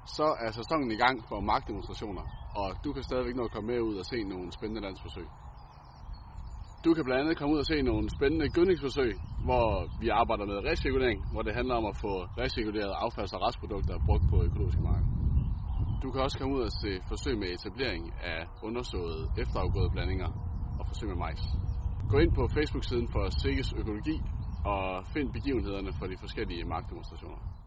så er sæsonen i gang for markdemonstrationer, og du kan stadigvæk nå at komme med ud og se nogle spændende landsforsøg. Du kan blandt andet komme ud og se nogle spændende gødningsforsøg, hvor vi arbejder med recirkulering, hvor det handler om at få recirkuleret affalds- og restprodukter brugt på økologiske marker. Du kan også komme ud og se forsøg med etablering af undersåede efterafgrødeblandinger og forsøg med majs. Gå ind på Facebook-siden for Sikkes Økologi og find begivenhederne for de forskellige markdemonstrationer.